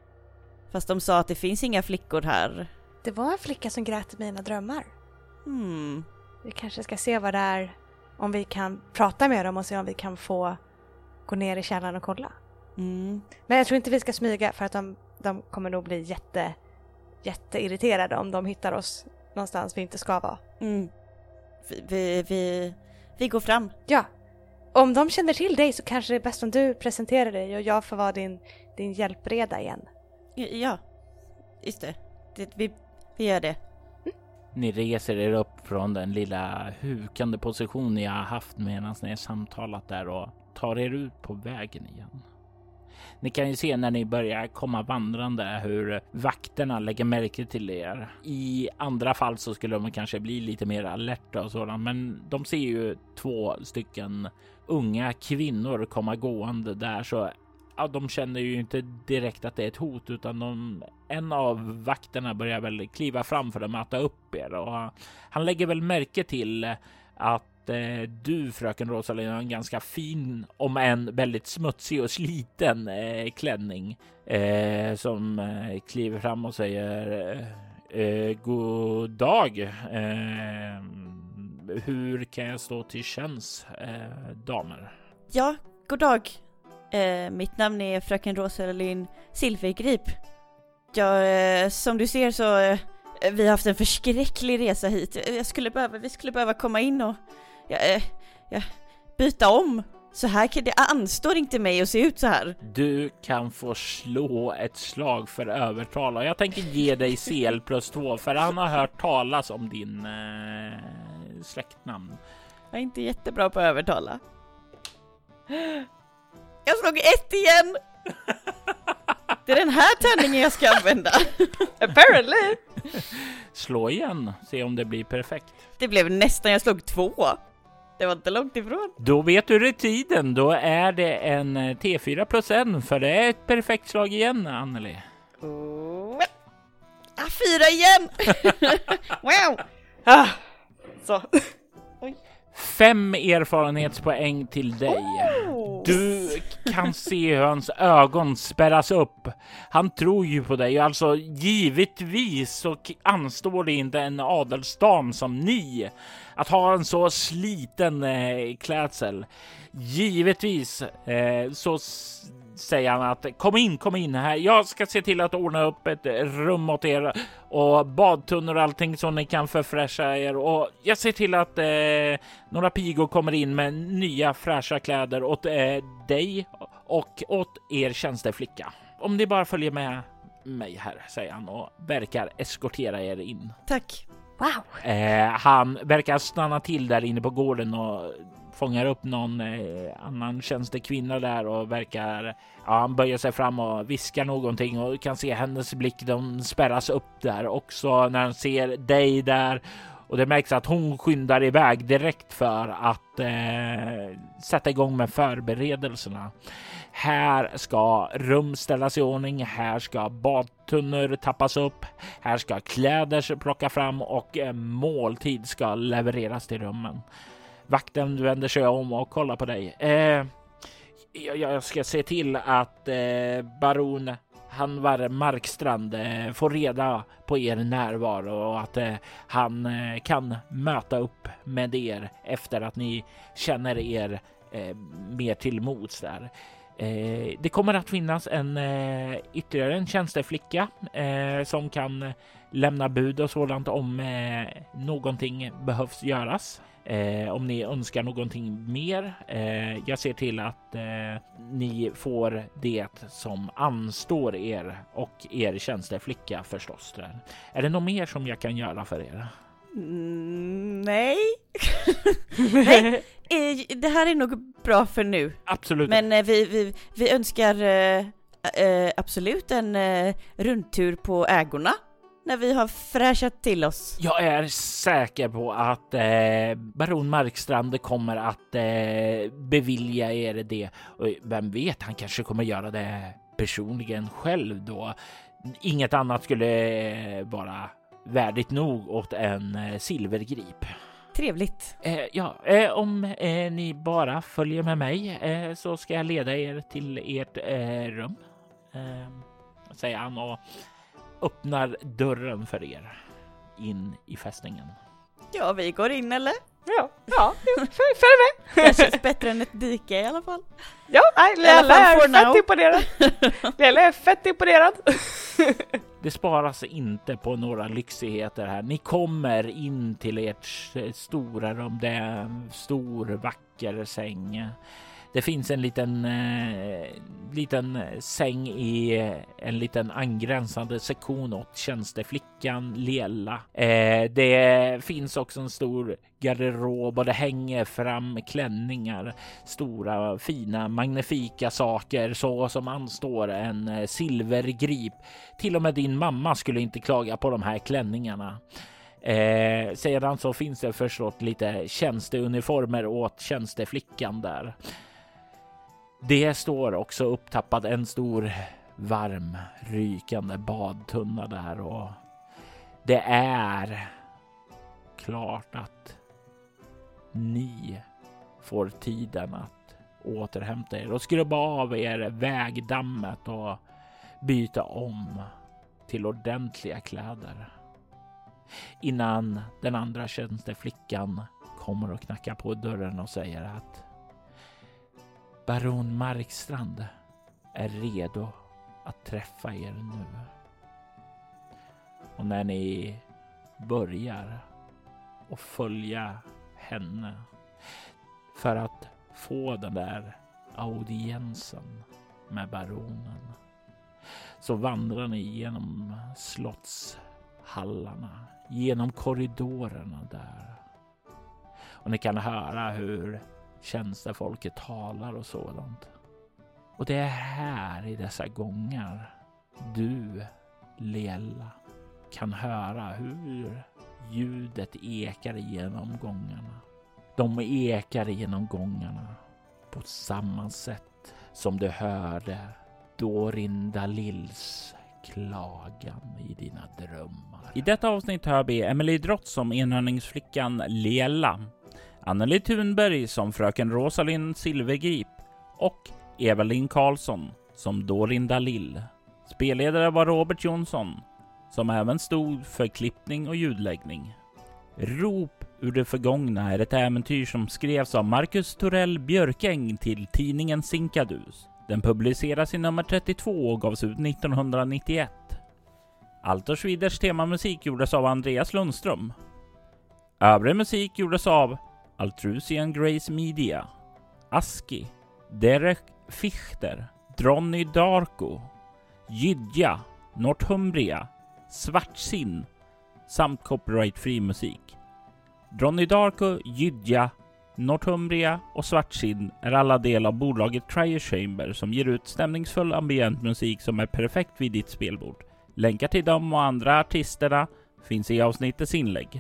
Fast de sa att det finns inga flickor här. Det var en flicka som grät i mina drömmar. Hmm. Vi kanske ska se vad det är. Om vi kan prata med dem och se om vi kan få gå ner i källaren och kolla. Mm. Men jag tror inte vi ska smyga för att de, de kommer nog bli jätte, jätteirriterade om de hittar oss någonstans vi inte ska vara. Mm. Vi, vi, vi, vi går fram. Ja. Om de känner till dig så kanske det är bäst om du presenterar dig och jag får vara din, din hjälpreda igen. Ja, just det. det vi, vi gör det. Mm. Ni reser er upp från den lilla hukande position ni har haft medan ni har samtalat där och tar er ut på vägen igen. Ni kan ju se när ni börjar komma vandrande hur vakterna lägger märke till er. I andra fall så skulle de kanske bli lite mer alerta och sådant, men de ser ju två stycken unga kvinnor komma gående där, så ja, de känner ju inte direkt att det är ett hot, utan de, en av vakterna börjar väl kliva fram för att möta upp er, och han lägger väl märke till att du, fröken Rosalind, har en ganska fin, om en väldigt smutsig och sliten eh, klänning eh, som eh, kliver fram och säger eh, god dag. Eh, hur kan jag stå till tjänst, eh, damer? Ja, god dag. Eh, mitt namn är fröken Rosalind Silvergrip. Ja, eh, som du ser så eh, vi har haft en förskräcklig resa hit. Jag skulle behöva, vi skulle behöva komma in och Ja, äh, ja, byta om. Så här, det anstår inte mig att se ut så här. Du kan få slå ett slag för övertala. Jag tänker ge dig C L plus två, för han har hört talas om din eh, släktnamn. Jag är inte jättebra på att övertala. Jag slog ett igen. Det är den här tärningen jag ska använda. Apparently. Slå igen, se om det blir perfekt. Det blev nästan, jag slog två. Det var inte långt ifrån. Då vet du det tiden. Då är det en T fyra plus en, för det är ett perfekt slag igen, Anneli. Oh. Ah, fyra igen! Wow! Ah, så. Fem erfarenhetspoäng till dig. Oh. Du kan se hur hans ögon spärras upp. Han tror ju på dig. Alltså givetvis så anstår det inte en adelsdam som ni att ha en så sliten eh, klädsel. Givetvis eh, så s- säger han att kom in, kom in här. Jag ska se till att ordna upp ett rum åt er och badtunnor och allting så ni kan förfräscha er. Och jag ser till att eh, några pigor kommer in med nya fräscha kläder åt eh, dig och åt er tjänsteflicka. Om ni bara följer med mig här, säger han och verkar eskortera er in. Tack. Wow. Eh, han verkar stanna till där inne på gården och fångar upp någon eh, annan tjänstekvinna där och verkar, ja, han böjer sig fram och viskar någonting och kan se hennes blick, de spärras upp där också när han ser dig där, och det märks att hon skyndar iväg direkt för att eh, sätta igång med förberedelserna. Här ska rum ställas i ordning, här ska badtunnor tappas upp, här ska kläder plocka fram och eh, måltid ska levereras till rummen. Vakten vänder sig om och kollar på dig. Eh, jag, jag ska se till att eh, baron Hanvar Markstrand eh, får reda på er närvaro och att eh, han eh, kan möta upp med er efter att ni känner er eh, mer till mods där. Eh, det kommer att finnas en eh, ytterligare en tjänsteflicka eh, som kan lämna bud och sådant om eh, någonting behövs göras. Eh, om ni önskar någonting mer. Eh, jag ser till att eh, ni får det som anstår er och er tjänsteflicka förstås. Där. Är det något mer som jag kan göra för er? Mm, nej. nej. Det här är nog bra för nu. Absolut. Men eh, vi, vi, vi önskar eh, eh, absolut en eh, rundtur på ägorna när vi har fräschat till oss. Jag är säker på att eh, baron Markstrand kommer att eh, bevilja er det. Och vem vet, han kanske kommer göra det personligen själv då. Inget annat skulle vara värdigt nog åt en eh, silvergrip. Trevligt. Eh, ja, eh, om eh, ni bara följer med mig eh, så ska jag leda er till ert eh, rum. Eh, säger han och öppnar dörren för er in i fästningen. Ja, vi går in eller? Ja, ja, följ med. Det känns bättre än ett dike i alla fall. Ja, nej, Lela är fett imponerad. Lela är fett imponerad. Det sparas inte på några lyxigheter här. Ni kommer in till ert stora rum. Det är en stor, vacker säng. Det finns en liten, eh, liten säng i en liten angränsande sektion åt tjänsteflickan Lela. Eh, det finns också en stor garderob och det hänger fram klänningar. Stora, fina, magnifika saker så som anstår en eh, silvergrip. Till och med din mamma skulle inte klaga på de här klänningarna. Eh, sedan så finns det förstås lite tjänsteuniformer åt tjänsteflickan där. Det står också upptappad en stor, varm, rykande badtunna där och det är klart att ni får tiden att återhämta er och skrubba av er vägdammet och byta om till ordentliga kläder innan den andra tjänsteflickan kommer och knackar på dörren och säger att baron Markstrand är redo att träffa er nu. Och när ni börjar och följa henne för att få den där audiensen med baronen så vandrar ni genom slottshallarna, genom korridorerna där. Och ni kan höra hur tjänstefolket talar och sådant. Och det är här i dessa gångar du, Lela, kan höra hur ljudet ekar genom gångarna. De ekar genom gångarna på samma sätt som du hörde Dorinda Lills klagan i dina drömmar. I detta avsnitt hör vi Emily Drott som enhörningsflickan Lela, Anneli Thunberg som fröken Rosalind Silvergrip och Evelyn Karlsson som Dorinda Lill. Spelledare var Robert Jonsson som även stod för klippning och ljudläggning. Rop ur det förgångna är ett äventyr som skrevs av Marcus Torell Björkäng till tidningen Sinkadus. Den publiceras i nummer trettiotvå och gavs ut nittonhundranittioett. Allt och Schwiders temamusik gjordes av Andreas Lundström. Övrig musik gjordes av Altrusian Grace Media, Aski, Derek Fichter, Dronny Darko, Gydja, Northumbria, Svartsinn samt copyright-fri musik. Dronny Darko, Gydja, Northumbria och Svartsinn är alla del av bolaget Cryo Chamber som ger ut stämningsfull ambient musik som är perfekt vid ditt spelbord. Länkar till dem och andra artisterna finns i avsnittets inlägg.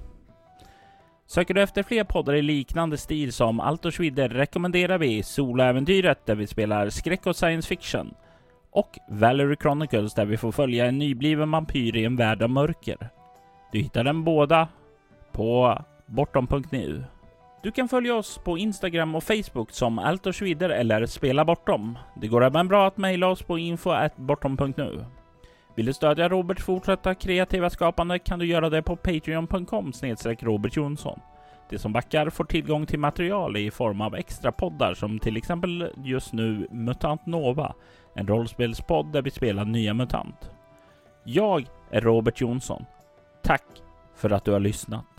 Söker du efter fler poddar i liknande stil som Allt och Schwidder rekommenderar vi Soloäventyret där vi spelar skräck och science fiction och Valerie Chronicles där vi får följa en nybliven vampyr i en värld av mörker. Du hittar dem båda på bortom punkt nu. Du kan följa oss på Instagram och Facebook som Allt och Schwidder eller Spela Bortom. Det går även bra att mejla oss på info at bortom punkt nu. Vill du stödja Roberts fortsatta kreativa skapande kan du göra det på patreon punkt com snedstreck Robert Jonsson. Det som backar får tillgång till material i form av extra poddar som till exempel just nu Mutant Nova, en rollspelspodd där vi spelar nya mutant. Jag är Robert Jonsson. Tack för att du har lyssnat.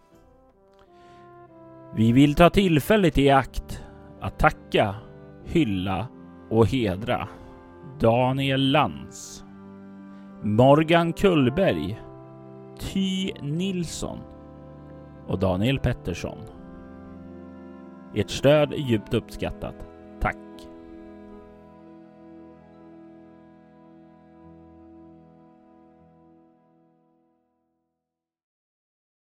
Vi vill ta tillfället i akt att tacka, hylla och hedra Daniel Lantz, Morgan Kullberg, Ty Nilsson och Daniel Pettersson. Ert stöd är djupt uppskattat.